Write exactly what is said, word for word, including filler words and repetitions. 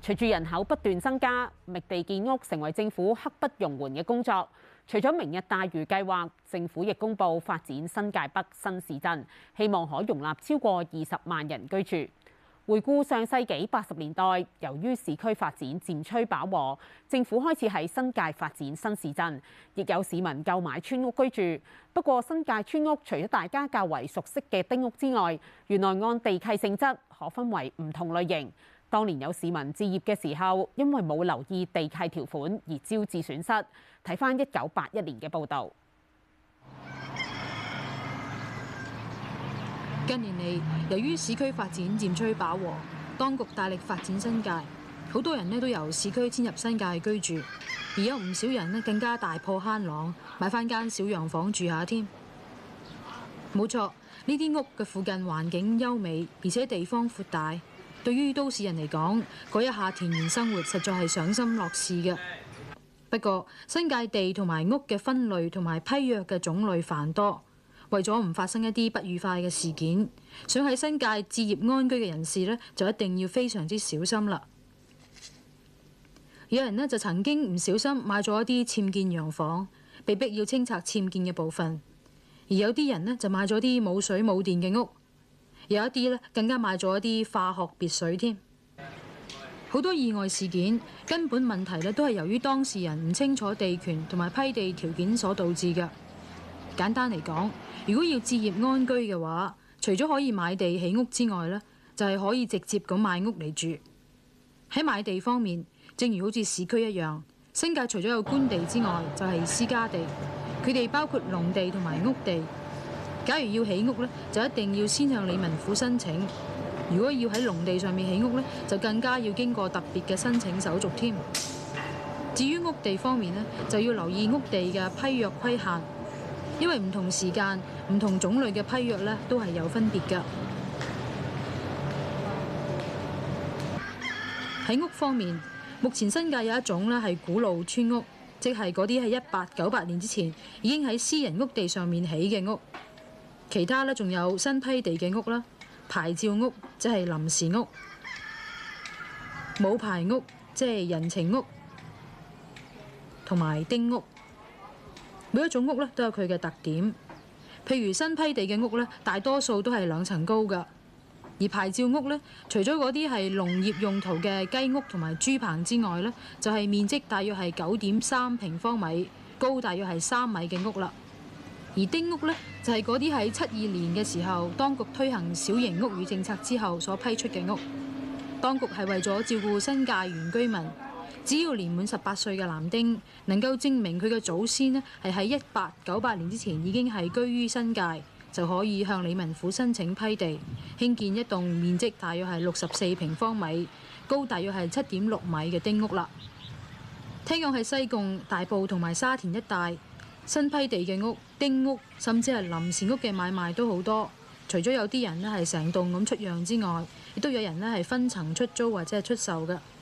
隨住人口不斷增加，覓地建屋成為政府刻不容緩嘅工作。除咗明日大嶼計劃，政府亦公布發展新界北新市鎮，希望可容納超過二十萬人居住。回顧上世紀八十年代，由於市區發展漸趨飽和，政府開始喺新界發展新市鎮，亦有市民購買村屋居住。不過，新界村屋除咗大家較為熟悉嘅丁屋之外，原來按地契性質可分為唔同類型。當年有市民置業嘅時候，因為冇留意地契條款而招致損失。睇返一九八一年嘅報導。 近年嚟，由於市區發展漸趨飽和，當局大力發展新界，好多人呢都由市區遷入新界居住，而有唔少人呢更加大破慳囊，買返間小洋房住下添。冇錯，呢啲屋嘅附近環境優美，而且地方闊大，對於都市人嚟講，嗰一下田園生活實在係賞心樂事嘅。不過，新界地同埋屋嘅分類同埋批約嘅種類繁多。為咗唔發生一啲不愉快嘅事件，想喺新界置業安居嘅人士呢，就一定要非常之小心啦。有人呢，就曾經唔小心買咗一啲僭建洋房，被逼要清拆僭建嘅部分；而有啲人呢，就買咗啲冇水冇電嘅屋，有一啲呢，更加買咗一啲化學別墅添。好多意外事件根本問題呢，都係由於當事人唔清楚地權同埋批地條件所導致嘅。簡單嚟講，如果要置業安居嘅話，除咗可以買地起屋之外呢，就係可以直接咁買屋嚟住。喺買地方面，正如好似市區一樣，新界除咗有官地之外，就係私家地，佢哋包括農地同埋屋地。假如要起屋呢，就一定要先向理民府申請；如果要喺農地上面起屋呢，就更加要經過特別嘅申請手續添。至於屋地方面呢，就要留意屋地嘅批約規限。因為唔同時間、唔同種類嘅批約咧，都係有分別㗎。喺屋方面，目前新界有一種咧係古老村屋，即係嗰啲喺一八九八年之前已經喺私人屋地上面起嘅屋。其他咧仲有新批地嘅屋啦、牌照屋，即係臨時屋；冇牌屋，即係人情屋，同埋丁屋。每一種屋咧都有佢嘅特點，譬如新批地嘅屋咧，大多數都係兩層高㗎；而牌照屋咧，除咗嗰啲係農業用途嘅雞屋同埋豬棚之外咧，就係面積大約係九點三平方米，高大約係三米嘅屋啦。而丁屋咧，就係嗰啲喺七二年嘅時候，當局推行小型屋宇政策之後所批出嘅屋。當局係為咗照顧新界原居民。只要年滿十八歲嘅男丁能夠證明佢嘅祖先呢係喺一八九八年之前已經係居於新界，就可以向理民府申請批地，興建一棟面積大約係六十四平方米、高大約係七點六米嘅丁屋啦。聽講喺西貢、大埔同埋沙田一帶，新批地嘅屋、丁屋甚至係臨時屋嘅買賣都好多。除咗有啲人呢係成棟咁出讓之外，亦都有人呢係分層出租或者係出售嘅。